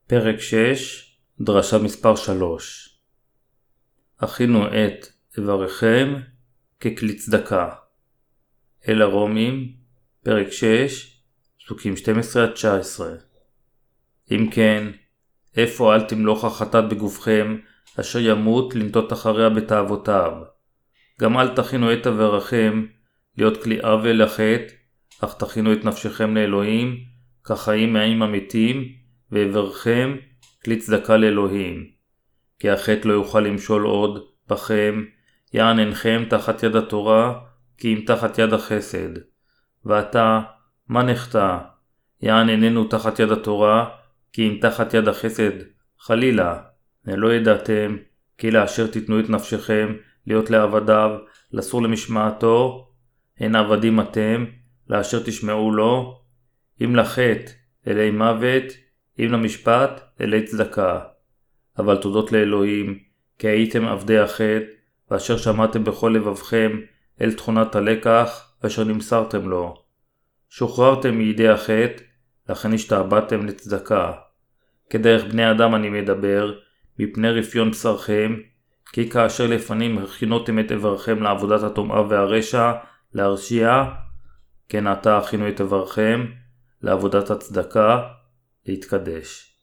פרק 6, דרשה מספר 3. הכינו את איבריכם ככלי צדקה. אל הרומים, פרק 6, פסוקים 12-19. אם כן, איפה אל תמלוך החטאת בגופכם, אשר ימות לנטות אחריה בתאוותיו. גם אל תכינו את איבריכם להיות כלי עוול לחטא, אך תכינו את נפשכם לאלוהים, כחיים מהים המתים, ואיבריכם כלי צדקה לאלוהים. כי החטא לא יוכל למשול עוד בכם, יען אינכם תחת יד התורה, כי אם תחת יד החסד. ועתה, מה נחטא? יען איננו תחת יד התורה, כי אם תחת יד החסד. חלילה, לא ידעתם, כי לאשר תיתנו את נפשכם, להיות לעבדיו, לסור למשמעתו, הן עבדים אתם, לאשר תשמעו לו, אם לחטא, אלי מוות, אם למשפט, אלי צדקה. אבל תודות לאלוהים, כי הייתם עבדי החטא, ואשר שמעתם בכל לבבכם אל תכונת הלקח, אשר נמסרתם לו. שוחררתם מידי החטא, לכן השתעבדתם לצדקה. כדרך בני אדם אני מדבר, מפני רפיון בשרכם, כי כאשר לפנים הכינותם את איבריכם לעבודת הטומאה והרשע, להרשיע, כן עתה הכינו את איבריכם, לעבודת הצדקה, להתקדש.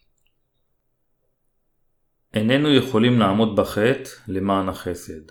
איננו יכולים לעמוד בחטא למען החסד.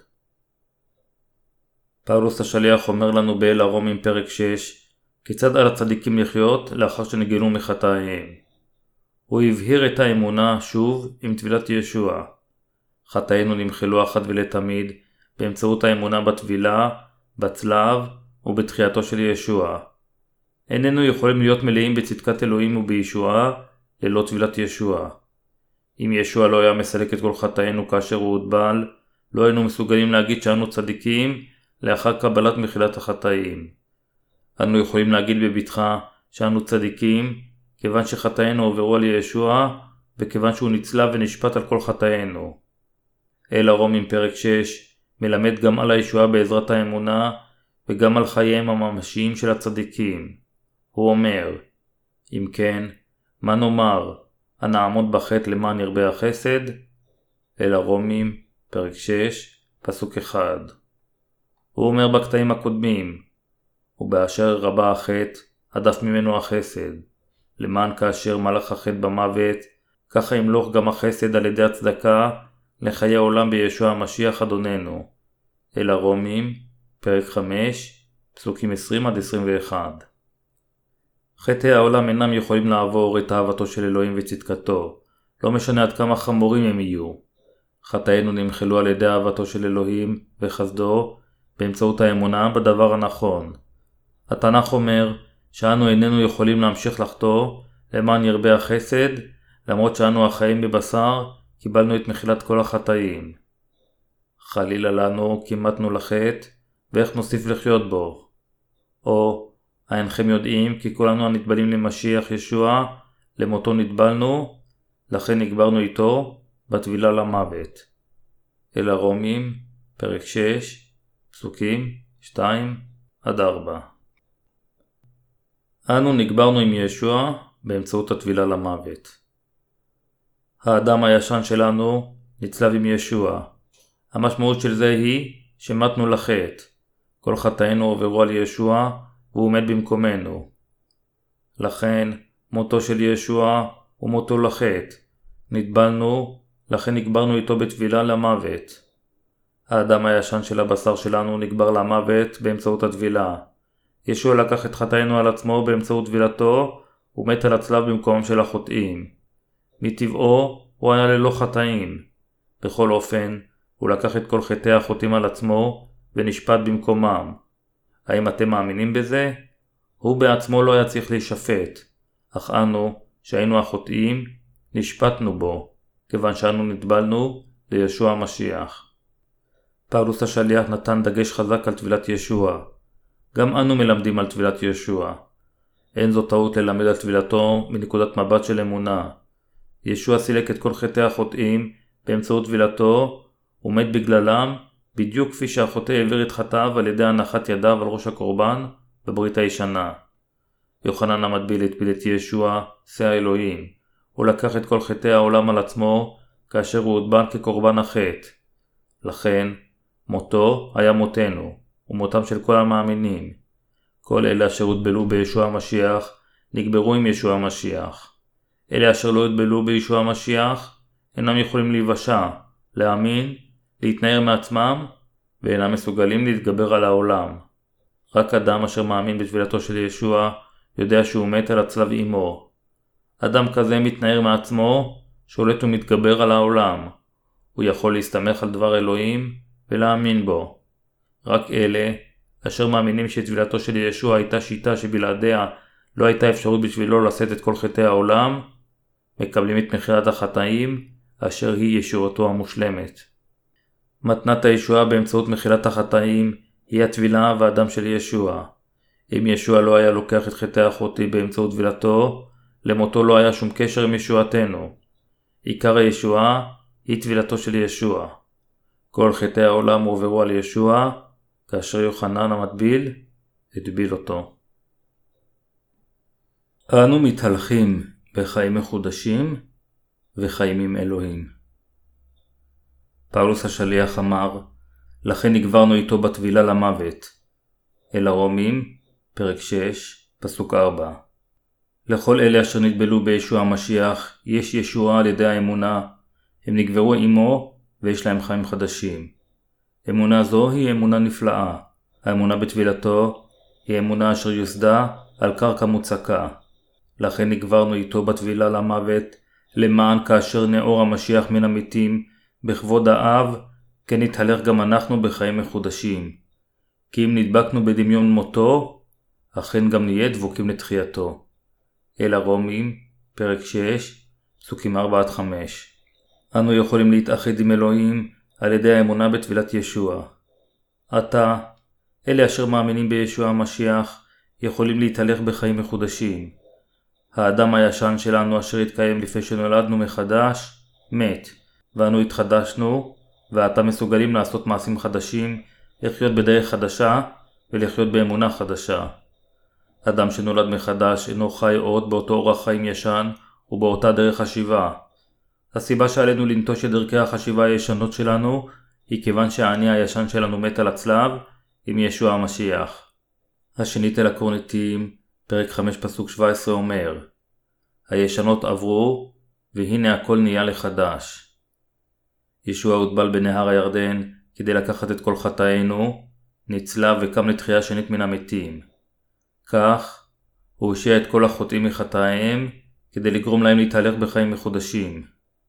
פאולוס השליח אומר לנו באל הרומים פרק 6, כיצד על הצדיקים לחיות לאחר שנגאלו מחטאיהם. הוא הבהיר את האמונה שוב עם טבילת ישוע. חטאינו נמחלו אחת ולתמיד באמצעות האמונה בטבילה, בצלב ובתחייתו של ישוע. איננו יכולים להיות מלאים בצדקת אלוהים ובישועה ללא טבילת ישוע. אם ישוע לא היה מסלק את כל חטאינו כאשר הוא הוטבל, לא היינו מסוגלים להגיד שאנו צדיקים לאחר קבלת מחילת החטאים. אנו יכולים להגיד בבטחה שאנו צדיקים כיוון שחטאינו עוברו על ישוע וכיוון שהוא נצלב ונשפט על כל חטאינו. אל הרומים פרק 6 מלמד גם על הישועה בעזרת האמונה וגם על חייהם הממשיים של הצדיקים. הוא אומר, אם כן, מה נאמר? הנעמוד בחטא למען ירבה החסד? אל הרומים, פרק 6, פסוק 1. הוא אומר בקטעים הקודמים, ובאשר רבה החטא, הדף ממנו החסד. למען כאשר מלך החטא במוות, ככה ימלוך גם החסד על ידי הצדקה, לחיי העולם בישוע המשיח אדוננו. אל הרומים, פרק 5, פסוקים 20-21. חטאי העולם אינם יכולים לעבור את אהבתו של אלוהים וצדקתו, לא משנה עד כמה חמורים הם יהיו. חטאינו נמחלו על ידי אהבתו של אלוהים וחסדו באמצעות האמונה בדבר הנכון. התנ"ך אומר שאנו איננו יכולים להמשיך לחטוא למען ירבה החסד, למרות שאנו החיים בבשר קיבלנו את מחילת כל החטאים. חלילה לנו כי מתנו לחטא, ואיך נוסיף לחיות בו? או אינכם יודעים כי כולנו הנטבלים למשיח ישוע, למותו נטבלנו, לכן נקברנו איתו בטבילה למוות. אל הרומים, פרק 6, פסוקים 2-4. אנו נקברנו עם ישוע באמצעות הטבילה למוות. האדם הישן שלנו נצלב עם ישוע. המשמעות של זה היא שמתנו לחטא. כל חטאינו עוברו על ישוע והוא עומד במקומנו. לכן מותו של ישוע הוא מותו לחטא. נטבלנו, לכן נקברנו איתו בטבילה למוות. האדם הישן של הבשר שלנו נקבר למוות באמצעות הטבילה. ישוע לקח את חטאינו על עצמו באמצעות טבילתו ומת על הצלב במקומם של החוטאים. מטבעו הוא היה ללא חטאים. בכל אופן, הוא לקח את כל חטאי החוטאים על עצמו ונשפט במקומם. האם אתם מאמינים בזה? הוא בעצמו לא היה צריך להישפט, אך אנו, שהיינו החוטאים, נשפטנו בו, כיוון שאנו נטבלנו לישוע המשיח. פאולוס השליח נתן דגש חזק על טבילת ישוע. גם אנו מלמדים על טבילת ישוע. אין זו טעות ללמד על טבילתו מנקודת מבט של אמונה. ישוע סילק את כל חטאי החוטאים באמצעות טבילתו, ומת בגללם, בדיוק כפי שהחוטא העביר את חטאיו על ידי הנחת ידיו על ראש הקורבן בברית הישנה. יוחנן המטביל הטביל את ישוע, שא האלוהים. הוא לקח את כל חטאי העולם על עצמו כאשר הוא הוטבל כקורבן החטא. לכן, מותו היה מותנו, ומותם של כל המאמינים. כל אלה אשר הוטבלו בישוע המשיח, נקברו עם ישוע המשיח. אלה אשר לא הוטבלו בישוע המשיח, אינם יכולים להיוושע, להאמין, להתנער מעצמם, ואינם מסוגלים להתגבר על העולם. רק אדם אשר מאמין בטבילתו של ישוע, יודע שהוא מת על הצלב עמו. אדם כזה מתנער מעצמו, שולט ומתגבר על העולם. הוא יכול להסתמך על דבר אלוהים ולהאמין בו. רק אלה, אשר מאמינים שטבילתו של ישוע הייתה שיטה שבלעדיה לא הייתה אפשרות בשבילו לשאת את כל חטאי העולם, מקבלים את מחירת החטאים, אשר היא ישועתו המושלמת. מתנת הישועה באמצעות מחילת החטאים היא הטבילה והדם של ישוע. אם ישוע לא היה לוקח את חטאי אחותי באמצעות טבילתו, למותו לא היה שום קשר עם ישועתנו. עיקר הישועה היא טבילתו של ישוע. כל חטאי העולם הועברו על ישוע, כאשר יוחנן המטביל הטביל אותו. אנו מתהלכים בחיים מחודשים וחיים עם אלוהים. פאולוס השליח אמר, לכן נגברנו איתו בטבילה למוות. אל הרומים, פרק 6, פסוק 4. לכל אלה אשר נטבלו בישוע המשיח, יש ישועה על ידי האמונה. הם נגברו עמו ויש להם חיים חדשים. אמונה זו היא אמונה נפלאה. האמונה בטבילתו היא אמונה אשר יוסדה על קרקע מוצקה. לכן נגברנו איתו בטבילה למוות, למען כאשר נאור המשיח מן המתים, בכבוד האב, כן נתהלך גם אנחנו בחיים מחודשים. כי אם נדבקנו בדמיון מותו, אכן גם נהיה דבוקים לתחייתו. אל הרומים, פרק 6, פסוקים 4-5. אנו יכולים להתאחד עם אלוהים על ידי האמונה בטבילת ישוע. עתה, אלה אשר מאמינים בישוע המשיח, יכולים להתהלך בחיים מחודשים. האדם הישן שלנו אשר התקיים לפני שנולדנו מחדש, מת, ואנו התחדשנו, ועתה מסוגלים לעשות מעשים חדשים, לחיות בדרך חדשה ולחיות באמונה חדשה. אדם שנולד מחדש אינו חי עוד באותו אורח חיים ישן ובאותה דרך חשיבה. הסיבה שעלינו לנטוש את דרכי החשיבה הישנות שלנו היא כיוון שהאני הישן שלנו מת על הצלב עם ישוע המשיח. השנית אל הקורינתיים, פרק 5 פסוק 17 אומר, הישנות עברו והנה הכל נהיה לחדש. ישוע הוטבל בנהר הירדן כדי לקחת את כל חטאינו, נצלב וקם לתחייה שנית מן המתים. כך, הוא הושיע את כל החוטאים מחטאיהם כדי לגרום להם להתהלך בחיים מחודשים.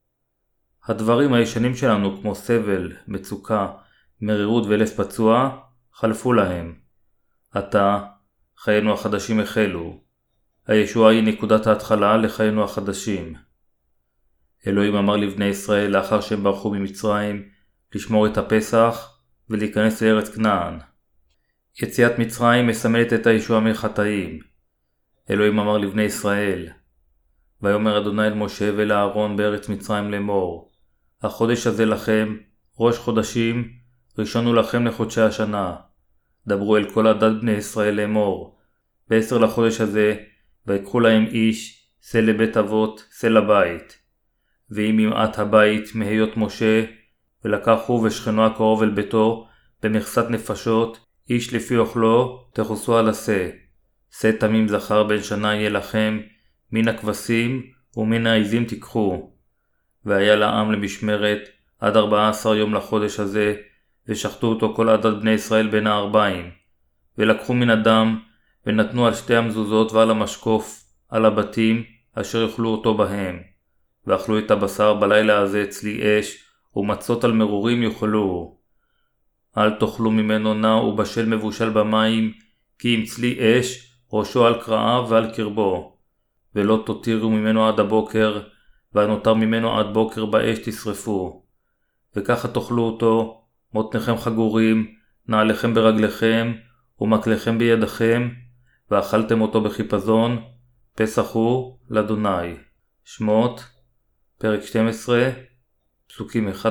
הדברים הישנים שלנו כמו סבל, מצוקה, מרירות ולב פצוע, חלפו להם. עתה, חיינו החדשים החלו. הישועה היא נקודת ההתחלה לחיינו החדשים. אלוהים אמר לבני ישראל לאחר שהם ברחו ממצרים לשמור את הפסח ולהיכנס לארץ כנען. יציאת מצרים מסמלת את הישועה מחטאים. אלוהים אמר לבני ישראל, ויאמר אדוני אל משה ואל אהרון בארץ מצרים לאמור, החודש הזה לכם, ראש חודשים, ראשון הוא לכם לחודשי השנה. דברו אל כל עדת בני ישראל לאמור, ב10 לחודש הזה, ויקחו להם איש, שא לבית אבות, שא לבית. ואם ימעט הבית מהיות משה, ולקחו ושכנו הקרוב אל ביתו, במכסת נפשות, איש לפי אוכלו, תחוסו על השא. שא תמים זכר בן שנה יהיה לכם, מן הכבשים ומן העזים תיקחו. והיה לעם למשמרת עד 14 יום לחודש הזה, ושחטו אותו כל עדת בני ישראל בין הארבעים. ולקחו מן הדם, ונתנו על שתי המזוזות ועל המשקוף, על הבתים, אשר יאכלו אותו בהם. ואכלו את הבשר בלילה הזה צלי אש, ומצות על מרורים יאכלו. אל תאכלו ממנו נע ובשל מבושל במים, כי אם צלי אש, ראשו על קרעיו ועל קרבו. ולא תותירו ממנו עד הבוקר, והנותר ממנו עד בוקר באש תשרפו. וככה תאכלו אותו, מותניכם חגורים, נעליכם ברגליכם, ומקליכם בידכם, ואכלתם אותו בחיפזון, פסח הוא לאדוני. שמות, פרק 12, פסוקים 1-11.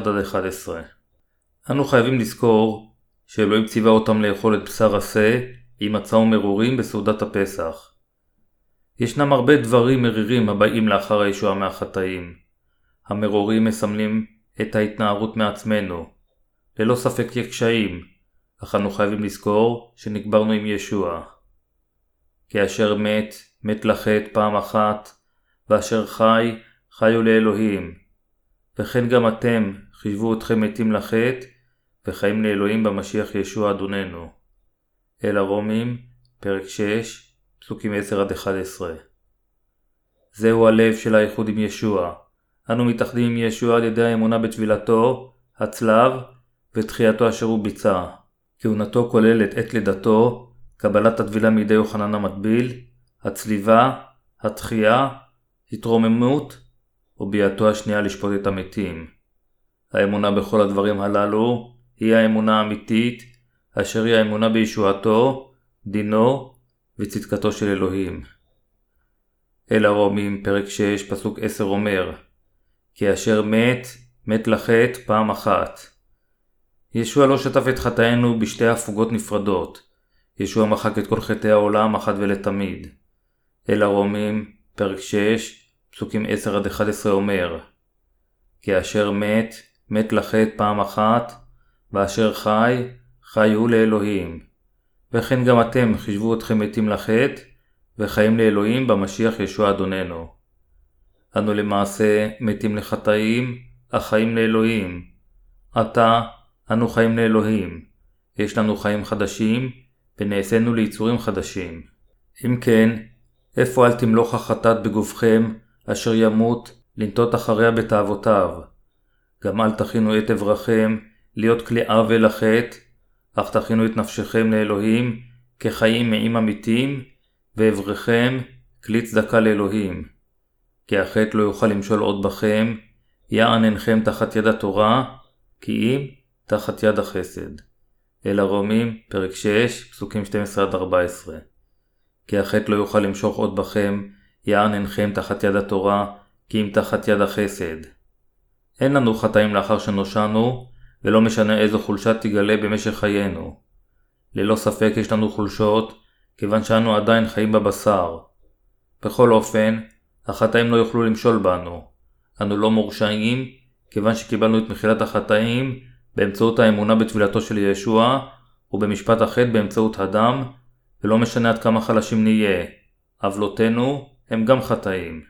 אנו חייבים לזכור שאלוהים ציווה אותם לאכול את בשר השא עם מצה ומרורים בסעודת הפסח. ישנם הרבה דברים מרירים הבאים לאחר הישועה מהחטאים. המרורים מסמלים את ההתנערות מעצמנו. ללא ספק יש קשיים, אך אנו חייבים לזכור שנקברנו עם ישוע. כי אשר מת לחטא פעם אחת, ואשר חיו לאלוהים. וכן גם אתם חישבו אתכם מתים לחטא, וחיים לאלוהים במשיח ישוע אדוננו. אל הרומים, פרק 6, פסוקים 10-11. זהו הלב של האיחוד עם ישוע. אנו מתאחדים עם ישוע על ידי האמונה בטבילתו, הצלב ותחייתו אשר הוא ביצע. כהונתו כוללת את לידתו, קבלת הטבילה מידי יוחנן המטביל, הצליבה, התחייה, התרוממות וביאתו השנייה לשפוט את המתים. האמונה בכל הדברים הללו היא האמונה האמיתית, אשר היא האמונה בישועתו, דינו וצדקתו של אלוהים. אל הרומים, פרק 6, פסוק 10 אומר, כי אשר מת לחטא פעם אחת. ישוע לא שטף את חטאינו בשתי הפוגות נפרדות. ישוע מחק את כל חטאי העולם אחת ולתמיד. אל הרומים, פרק 6, פסוקים 10-11 אומר, כי אשר מת לחטא פעם אחת, ואשר חיו לאלוהים. וכן גם אתם חישבו אתכם מתים לחטא, וחיים לאלוהים במשיח ישוע אדוננו. אנו למעשה מתים לחטאים, אך חיים לאלוהים. עתה אנו חיים לאלוהים. יש לנו חיים חדשים, ונעשינו ליצורים חדשים. אם כן, איפה אל תמלוך החטאת בגופכם, אשר ימות, לנטות אחריה בתאוותיו. גם אל תכינו את אברכם, להיות כלי עוול לחטא, אך תכינו את נפשכם לאלוהים, כחיים מעם המתים, ואברכם כלי צדקה לאלוהים. כי החטא לא יוכל למשול עוד בכם, יען אינכם תחת יד התורה, כי אם תחת יד החסד. אל הרומים, פרק 6, פסוקים 12-14. כי החטא לא יוכל למשוך עוד בכם, יען אינכם תחת יד התורה, כי אם תחת יד החסד. אין לנו חטאים לאחר שנושענו, ולא משנה איזו חולשה תגלה במשך חיינו. ללא ספק יש לנו חולשות, כיוון שאנו עדיין חיים בבשר. בכל אופן, החטאים לא יוכלו למשול בנו. אנו לא מורשעים, כיוון שקיבלנו את מחילת החטאים באמצעות האמונה בטבילתו של ישוע, ובמשפט החטא באמצעות הדם, ולא משנה עד כמה חלשים נהיה. עוולותינו הם גם חטאים.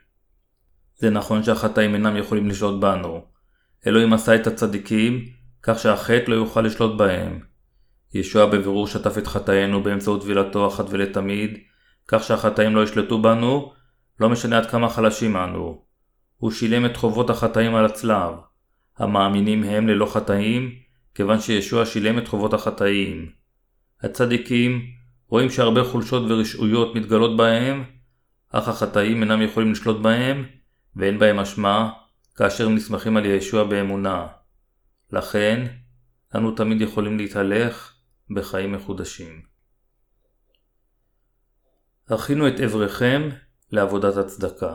זה נכון שהחטאים אינם יכולים לשלוט בנו. אלוהים עשה את הצדיקים, כך שהחטא לא יוכל לשלוט בהם. ישוע בבירור שטף את חטאינו באמצעות טבילתו אחת ולתמיד, כך שהחטאים לא ישלטו בנו, לא משנה עד כמה חלשים אנו. הוא שילם את חובות החטאים על הצלב. המאמינים הם ללא חטאים, כיוון שישוע שילם את חובות החטאים. הצדיקים רואים שהרבה חולשות ורשעויות מתגלות בהם, אך החטאים אינם יכולים לשלוט בהם, ואין בהם אשמה, כאשר הם נסמכים על ישוע באמונה. לכן, אנו תמיד יכולים להתהלך בחיים מחודשים. הכינו את אברכם לעבודת הצדקה.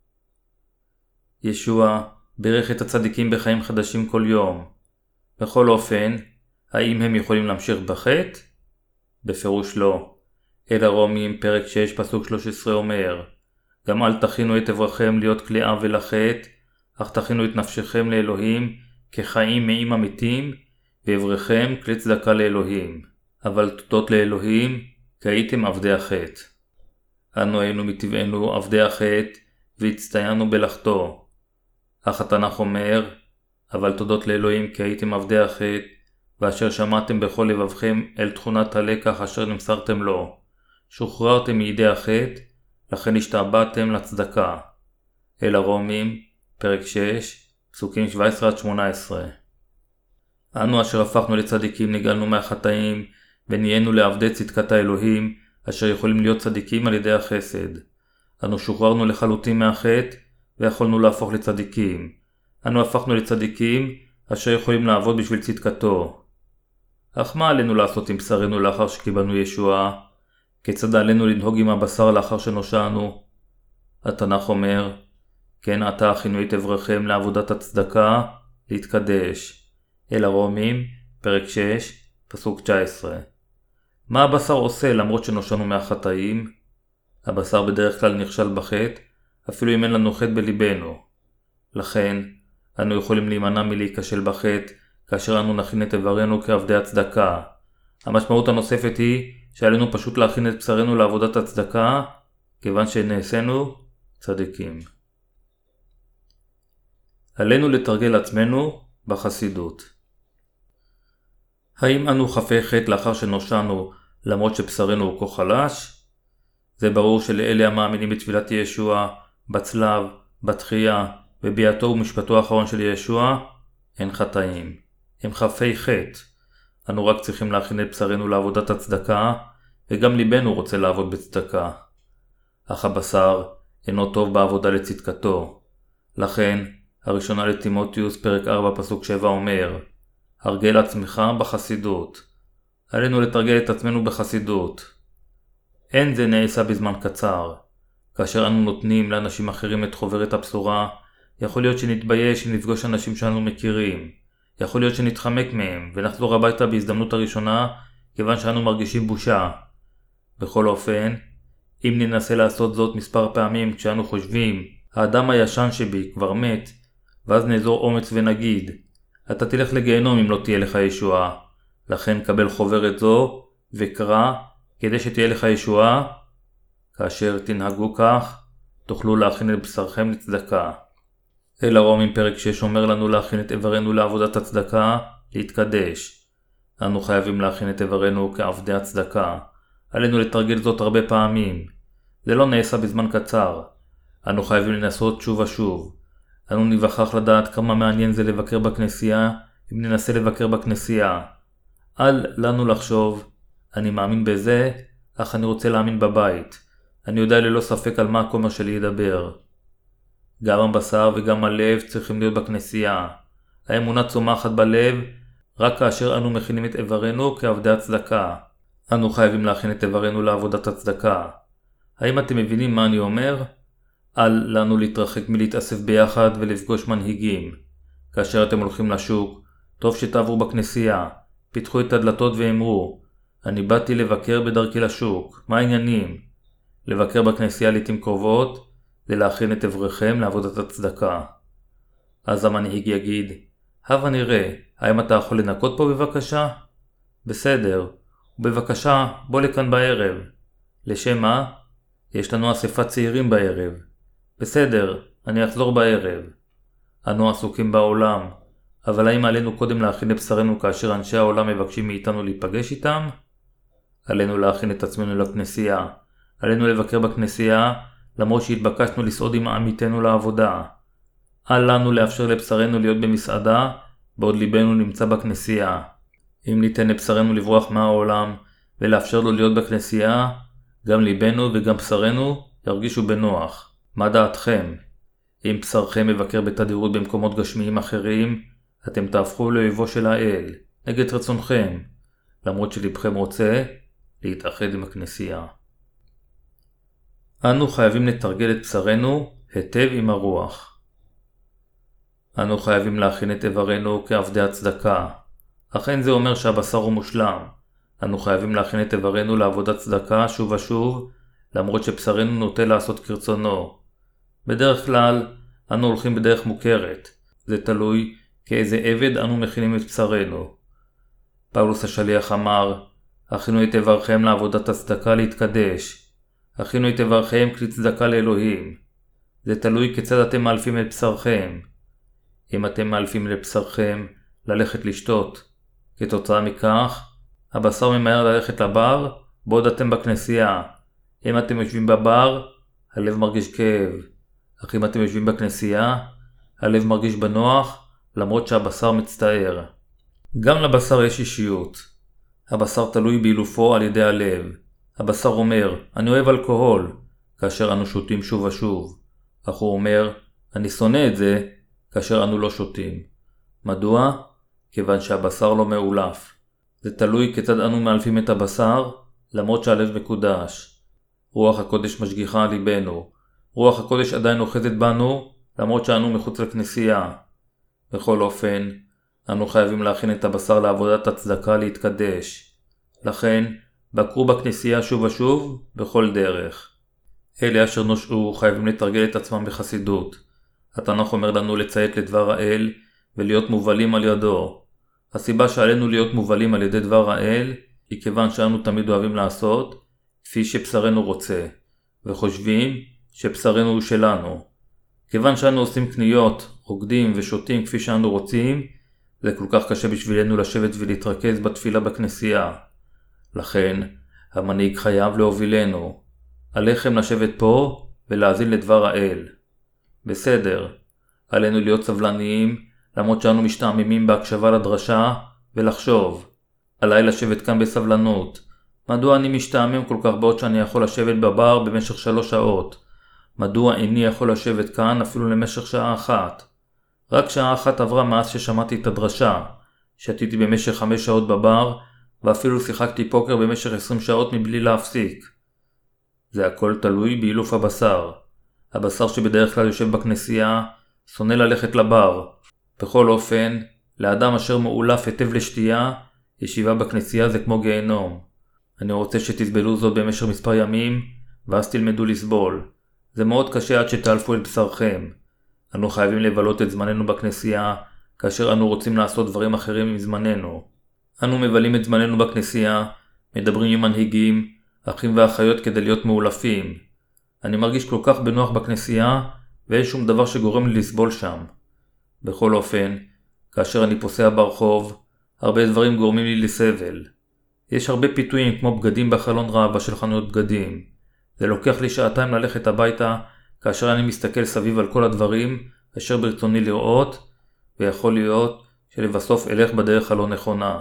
ישוע בירך את הצדיקים בחיים חדשים כל יום. בכל אופן, האם הם יכולים להמשיך בחטא? בפירוש לא. אל הרומים, פרק 6, פסוק 13 אומר, גם אל תכינו את אברכם להיות כלי עוול לחטא, אך תכינו את נפשכם לאלוהים, כחיים מעם המתים, ואברכם כלי צדקה לאלוהים. אבל תודות לאלוהים, כי הייתם עבדי החטא. אנו היינו מטבענו עבדי החטא, והצטיינו בלחטוא. אך התנ"ך אומר, אבל תודות לאלוהים כי הייתם עבדי החטא, ואשר שמעתם בכל לבבכם אל תכונת הלקח אשר נמסרתם לו. שוחררתם מידי החטא, לכן השתעבדתם לצדקה. אל הרומים, פרק 6, פסוקים 17-18. אנו אשר הפכנו לצדיקים נגאלנו מהחטאים, ונהיינו לעבדי צדקת האלוהים, אשר יכולים להיות צדיקים על ידי החסד. אנו שוחררנו לחלוטין מהחטא, ויכולנו להפוך לצדיקים. אנו הפכנו לצדיקים, אשר יכולים לעבוד בשביל צדקתו. אך מה עלינו לעשות עם בשרנו לאחר שקיבלנו ישועה? כיצד עלינו לנהוג עם הבשר לאחר שנושענו? התנ"ך אומר, כן עתה הכינו את אברכם לעבודת הצדקה, להתקדש. אל הרומים, פרק 6, פסוק 19. מה הבשר עושה למרות שנושענו מהחטאים? הבשר בדרך כלל נכשל בחטא, אפילו אם אין לנו חטא בליבנו. לכן, אנו יכולים להימנע מלהיכשל בחטא, כאשר אנו נכין את איברנו כעבדי הצדקה. המשמעות הנוספת היא שעלינו פשוט להכין את בשרנו לעבודת הצדקה, כיוון שנעשינו צדיקים. עלינו לתרגל עצמנו בחסידות. האם אנו חפי חטא לאחר שנושענו למרות שבשרנו הוא כה חלש? זה ברור שלאלה המאמינים בתפילת ישוע, בצלב, בתחייה וביאתו ומשפטו האחרון של ישוע, אין חטאים. הם חפי חטא. אנו רק צריכים להכין את בשרנו לעבודת הצדקה, וגם ליבנו רוצה לעבוד בצדקה. אך הבשר אינו טוב בעבודה לצדקתו. לכן, הראשונה לתימותיוס פרק 4 פסוק 7 אומר, הרגל עצמך בחסידות. עלינו לתרגל את עצמנו בחסידות. אין זה נעשה בזמן קצר. כאשר אנו נותנים לאנשים אחרים את חוברת הבשורה, יכול להיות שנתבייש אם נפגוש אנשים שאנו מכירים. יכול להיות שנתחמק מהם ונחזור הביתה בהזדמנות הראשונה, כיוון שאנו מרגישים בושה. בכל אופן, אם ננסה לעשות זאת מספר פעמים כשאנו חושבים, האדם הישן שבי כבר מת, ואז נאזור אומץ ונגיד, אתה תלך לגיהנום אם לא תהיה לך ישועה. לכן קבל חוברת זו וקרא כדי שתהיה לך ישועה. כאשר תנהגו כך, תוכלו להכין את בשרכם לצדקה. אל הרומים פרק 6 אומר לנו להכין את איברנו לעבודת הצדקה, להתקדש. אנו חייבים להכין את איברנו כעבדי הצדקה. עלינו לתרגל זאת הרבה פעמים. זה לא נעשה בזמן קצר. אנו חייבים לנסות שוב ושוב. אנו נבחח לדעת כמה מעניין זה לבקר בכנסייה, אם ננסה לבקר בכנסייה. אל לנו לחשוב, אני מאמין בזה, אך אני רוצה להאמין בבית. אני יודע ללא ספק על מה הכומר שלי ידבר. גם הבשר וגם הלב צריכים להיות בכנסייה. האמונה צומחת בלב, רק כאשר אנו מכינים את איברנו כעבדי הצדקה. אנו חייבים להכין את איברנו לעבודת הצדקה. האם אתם מבינים מה אני אומר? אל לנו להתרחק מלהתאסף ביחד ולפגוש מנהיגים. כאשר אתם הולכים לשוק, טוב שתעברו בכנסייה. פיתחו את הדלתות ואמרו, אני באתי לבקר בדרכי לשוק, מה העניינים? לבקר בכנסייה לעתים קרובות, זה להכין את עברכם לעבודת הצדקה. אז המנהיג יגיד, הבה נראה, האם אתה יכול לנקות פה בבקשה? בסדר, ובבקשה בוא לכאן בערב. לשם מה? יש לנו אספת צעירים בערב. בסדר, אני אחזור בערב. אנו עסוקים בעולם, אבל האם עלינו קודם להכין את בשרנו כאשר אנשי העולם מבקשים מאיתנו להיפגש איתם? עלינו להכין את עצמנו לכנסייה. עלינו לבקר בכנסייה, למרות שהתבקשנו לסעוד עם עמיתנו לעבודה. אל לנו לאפשר לבשרנו להיות במסעדה, בעוד ליבנו נמצא בכנסייה. אם ניתן לבשרנו לברוח מהעולם ולאפשר לו להיות בכנסייה, גם ליבנו וגם בשרנו ירגישו בנוח. מה דעתכם? אם בשרכם מבקר בתדירות במקומות גשמיים אחרים, אתם תהפכו לאויבו של האל, נגד רצונכם, למרות שלבכם רוצה להתאחד עם הכנסייה. אנו חייבים לתרגל את בשרנו היטב עם הרוח. אנו חייבים להכין את איברנו כעבדי הצדקה. אכן זה אומר שהבשר הוא מושלם. אנו חייבים להכין את איברנו לעבודת צדקה שוב ושוב, למרות שבשרנו נוטה לעשות כרצונו. בדרך כלל, אנו הולכים בדרך מוכרת. זה תלוי כאיזה עבד אנו מכינים את בשרנו. פאולוס השליח אמר, הכינו את איברכם לעבודת הצדקה להתקדש. הכינו את איברכם כלי צדקה לאלוהים. זה תלוי כיצד אתם מאלפים את בשרכם. אם אתם מאלפים לבשרכם ללכת לשתות, כתוצאה מכך, הבשר ממהר ללכת לבר, בעוד אתם בכנסייה. אם אתם יושבים בבר, הלב מרגיש כאב. אך אם אתם יושבים בכנסייה, הלב מרגיש בנוח, למרות שהבשר מצטער. גם לבשר יש אישיות. הבשר תלוי באילופו על ידי הלב. הבשר אומר, אני אוהב אלכוהול, כאשר אנו שותים שוב ושוב. אך הוא אומר, אני שונא את זה, כאשר אנו לא שותים. מדוע? כיוון שהבשר לא מאולף. זה תלוי כיצד אנו מאלפים את הבשר, למרות שהלב מקודש. רוח הקודש משגיחה על ליבנו. רוח הקודש עדיין אוחזת בנו, למרות שאנו מחוץ לכנסייה. בכל אופן, אנו חייבים להכין את הבשר לעבודת הצדקה להתקדש. לכן, בקרו בכנסייה שוב ושוב, בכל דרך. אלה אשר נושעו חייבים לתרגל את עצמם בחסידות. התנ"ך אומר לנו לציית לדבר האל ולהיות מובלים על ידו. הסיבה שעלינו להיות מובלים על ידי דבר האל היא כיוון שאנו תמיד אוהבים לעשות כפי שבשרנו רוצה, וחושבים שבשרנו הוא שלנו. כיוון שאנו עושים קניות, רוקדים ושותים כפי שאנו רוצים, זה כל כך קשה בשבילנו לשבת ולהתרכז בתפילה בכנסייה. לכן, המנהיג חייב להובילנו. עליכם לשבת פה ולהאזין לדבר האל. בסדר, עלינו להיות סבלניים, למרות שאנו משתעממים בהקשבה לדרשה, ולחשוב. עליי לשבת כאן בסבלנות. מדוע אני משתעמם כל כך בעוד שאני יכול לשבת בבר במשך 3 שעות? מדוע איני יכול לשבת כאן אפילו למשך שעה אחת? רק שעה אחת עברה מאז ששמעתי את הדרשה. שתיתי במשך 5 שעות בבר, ואפילו שיחקתי פוקר במשך 20 שעות מבלי להפסיק. זה הכל תלוי באילוף הבשר. הבשר שבדרך כלל יושב בכנסייה, שונא ללכת לבר. בכל אופן, לאדם אשר מאולף היטב לשתייה, ישיבה בכנסייה זה כמו גיהנום. אני רוצה שתסבלו זאת במשך מספר ימים, ואז תלמדו לסבול. זה מאוד קשה עד שתאלפו את בשרכם. אנו חייבים לבלות את זמננו בכנסייה, כאשר אנו רוצים לעשות דברים אחרים עם זמננו. אנו מבלים את זמננו בכנסייה, מדברים עם מנהיגים, אחים ואחיות כדי להיות מאולפים. אני מרגיש כל כך בנוח בכנסייה, ואין שום דבר שגורם לי לסבול שם. בכל אופן, כאשר אני פוסע ברחוב, הרבה דברים גורמים לי לסבל. יש הרבה פיתויים כמו בגדים בחלון ראווה של חנויות בגדים. זה לוקח לי 2 שעות ללכת הביתה, כאשר אני מסתכל סביב על כל הדברים אשר ברצוני לראות, ויכול להיות שלבסוף אלך בדרך הלא נכונה.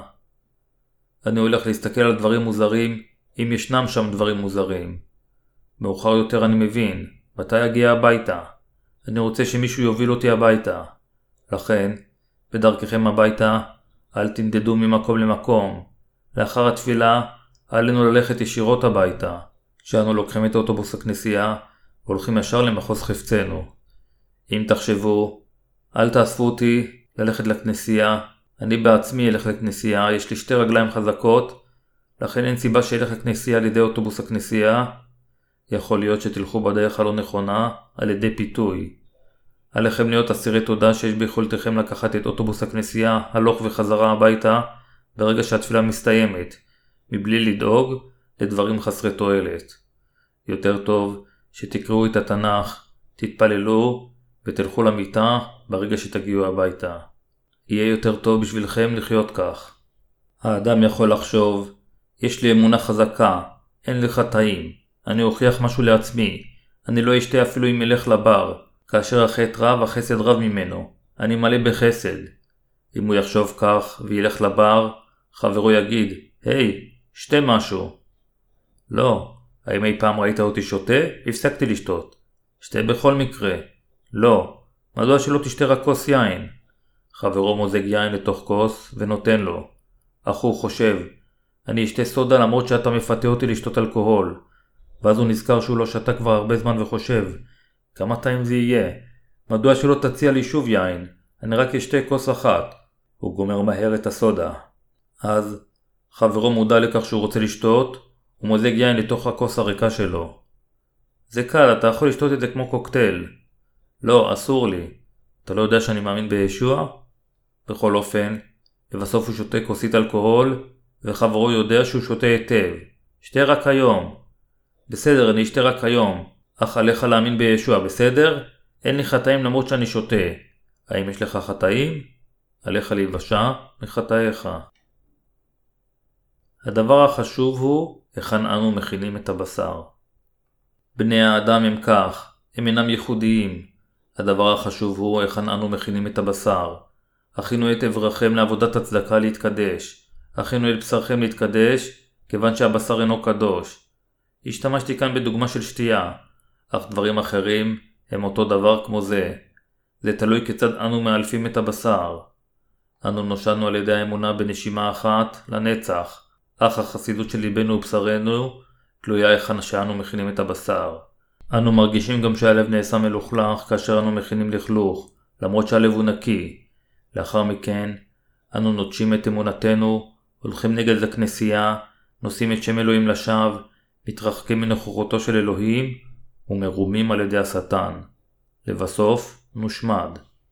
אני הולך להסתכל על דברים מוזרים, אם ישנם שם דברים מוזרים. מאוחר יותר אני מבין, מתי אגיע הביתה? אני רוצה שמישהו יוביל אותי הביתה. לכן, בדרככם הביתה, אל תנדדו ממקום למקום. לאחר התפילה, עלינו ללכת ישירות הביתה. כשאנו לוקחים את האוטובוס הכנסייה, והולכים ישר למחוז חפצנו. אם תחשבו, אל תאספו אותי ללכת לכנסייה. אני בעצמי אלך לכנסייה, יש לי 2 רגליים חזקות, לכן אין סיבה שילך לכנסייה על ידי אוטובוס הכנסייה. יכול להיות שתלכו בדרך הלא נכונה על ידי פיתוי. עליכם להיות אסירי תודה שיש ביכולתכם לקחת את אוטובוס הכנסייה הלוך וחזרה הביתה ברגע שהתפילה מסתיימת, מבלי לדאוג לדברים חסרי תועלת. יותר טוב שתקראו את התנ"ך, תתפללו ותלכו למיטה ברגע שתגיעו הביתה. יהיה יותר טוב בשבילכם לחיות כך. האדם יכול לחשוב, יש לי אמונה חזקה, אין לי חטאים, אני אוכיח משהו לעצמי, אני לא אשתה אפילו אם אלך לבר, כאשר החטא רב החסד רב ממנו, אני מלא בחסד. אם הוא יחשוב כך וילך לבר, חברו יגיד, היי, שתה משהו. לא, האם אי פעם ראית אותי שותה? הפסקתי לשתות. שתה בכל מקרה. לא, מדוע שלא תשתה רק כוס יין? חברו מוזג יין לתוך כוס ונותן לו. אך הוא חושב, אני אשתה סודה למרות שאתה מפתה אותי לשתות אלכוהול. ואז הוא נזכר שהוא לא שתה כבר הרבה זמן וחושב, כמה טעים זה יהיה? מדוע שלא תציע לי שוב יין? אני רק אשתה כוס אחת. הוא גומר מהר את הסודה. אז חברו מודע לכך שהוא רוצה לשתות, הוא מוזג יין לתוך הכוס הריקה שלו. זה קל, אתה יכול לשתות את זה כמו קוקטייל. לא, אסור לי. אתה לא יודע שאני מאמין בישוע? בכל אופן, לבסוף הוא שותה כוסית אלכוהול, וחברו יודע שהוא שותה היטב. שתה רק היום. בסדר, אני אשתה רק היום. אך עליך להאמין בישוע, בסדר? אין לי חטאים למרות שאני שותה. האם יש לך חטאים? עליך להיוושע מחטאיך. הדבר החשוב הוא היכן אנו מכינים את הבשר. בני האדם הם כך, הם אינם ייחודיים. הדבר החשוב הוא היכן אנו מכינים את הבשר. הכינו את אברכם לעבודת הצדקה להתקדש. הכינו את בשרכם להתקדש, כיוון שהבשר אינו קדוש. השתמשתי כאן בדוגמה של שתייה, אך דברים אחרים הם אותו דבר כמו זה. זה תלוי כיצד אנו מאלפים את הבשר. אנו נושענו על ידי האמונה בנשימה אחת לנצח, אך החסידות של ליבנו ובשרנו תלויה היכן שאנו מכינים את הבשר. אנו מרגישים גם שהלב נעשה מלוכלך כאשר אנו מכינים לכלוך, למרות שהלב הוא נקי. לאחר מכן, אנו נוטשים את אמונתנו, הולכים נגד לכנסייה, נושאים את שם אלוהים לשווא, מתרחקים מנוכחותו של אלוהים, ומרומים על ידי השטן. לבסוף נושמד.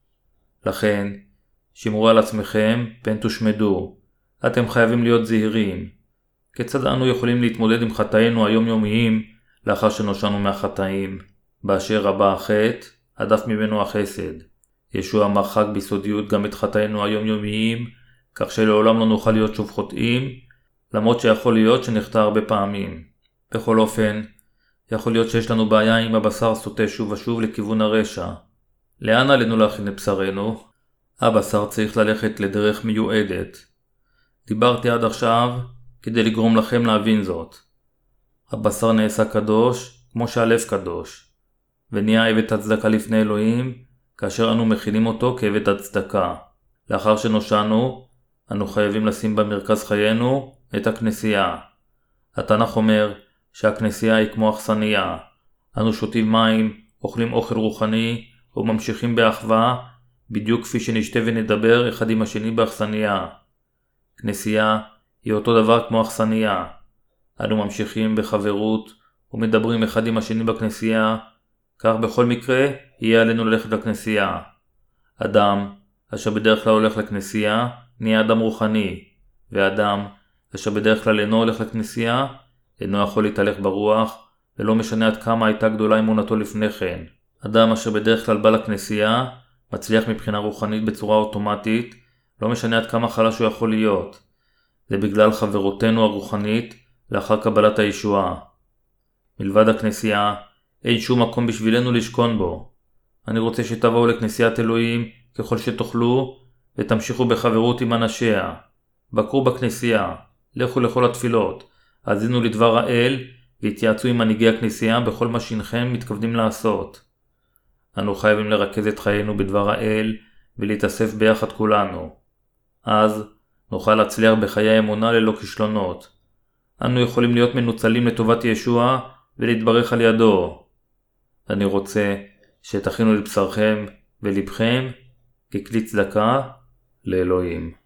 לכן, שמרו על עצמכם פן תושמדו. אתם חייבים להיות זהירים. כיצד אנו יכולים להתמודד עם חטאינו היומיומיים לאחר שנושענו מהחטאים? באשר רבה החטא, הדף ממנו החסד. ישוע מחק ביסודיות גם את חטאינו היומיומיים, כך שלעולם לא נוכל להיות שוב חוטאים, למרות שיכול להיות שנחטא הרבה פעמים. בכל אופן, יכול להיות שיש לנו בעיה אם הבשר סוטה שוב ושוב לכיוון הרשע. לאן עלינו להכין את בשרנו? הבשר צריך ללכת לדרך מיועדת. דיברתי עד עכשיו כדי לגרום לכם להבין זאת. הבשר נעשה קדוש כמו שהלב קדוש, ונהיה עבד הצדקה לפני אלוהים כאשר אנו מכינים אותו כעבד הצדקה. לאחר שנושענו, אנו חייבים לשים במרכז חיינו את הכנסייה. התנ"ך אומר שהכנסייה היא כמו אכסניה. אנו שותים מים, אוכלים אוכל רוחני וממשיכים באחווה, בדיוק כפי שנשתה ונדבר אחד עם השני באכסניה. כנסייה היא אותו דבר כמו אכסניה. אנו ממשיכים בחברות ומדברים אחד עם השני בכנסייה, כך בכל מקרה יהיה עלינו ללכת לכנסייה. אדם אשר בדרך כלל הולך לכנסייה נהיה אדם רוחני, ואדם אשר בדרך כלל אינו הולך לכנסייה אינו יכול להתהלך ברוח, ולא משנה עד כמה הייתה גדולה אמונתו לפני כן. אדם אשר בדרך כלל בא לכנסייה מצליח מבחינה רוחנית בצורה אוטומטית, לא משנה עד כמה חלש הוא יכול להיות. זה בגלל חברותנו הרוחנית לאחר קבלת הישועה. מלבד הכנסייה, אין שום מקום בשבילנו לשכון בו. אני רוצה שתבואו לכנסיית אלוהים ככל שתוכלו, ותמשיכו בחברות עם אנשיה. בקרו בכנסייה, לכו לכל התפילות, האזינו לדבר האל, והתייעצו עם מנהיגי הכנסייה בכל מה שהנכם מתכוונים לעשות. אנו חייבים לרכז את חיינו בדבר האל, ולהתאסף ביחד כולנו. אז נוכל להצליח בחיי האמונה ללא כישלונות. אנו יכולים להיות מנוצלים לטובת ישוע ולהתברך על ידו. אני רוצה שתכינו לבשרכם ולבכם ככלי צדקה לאלוהים.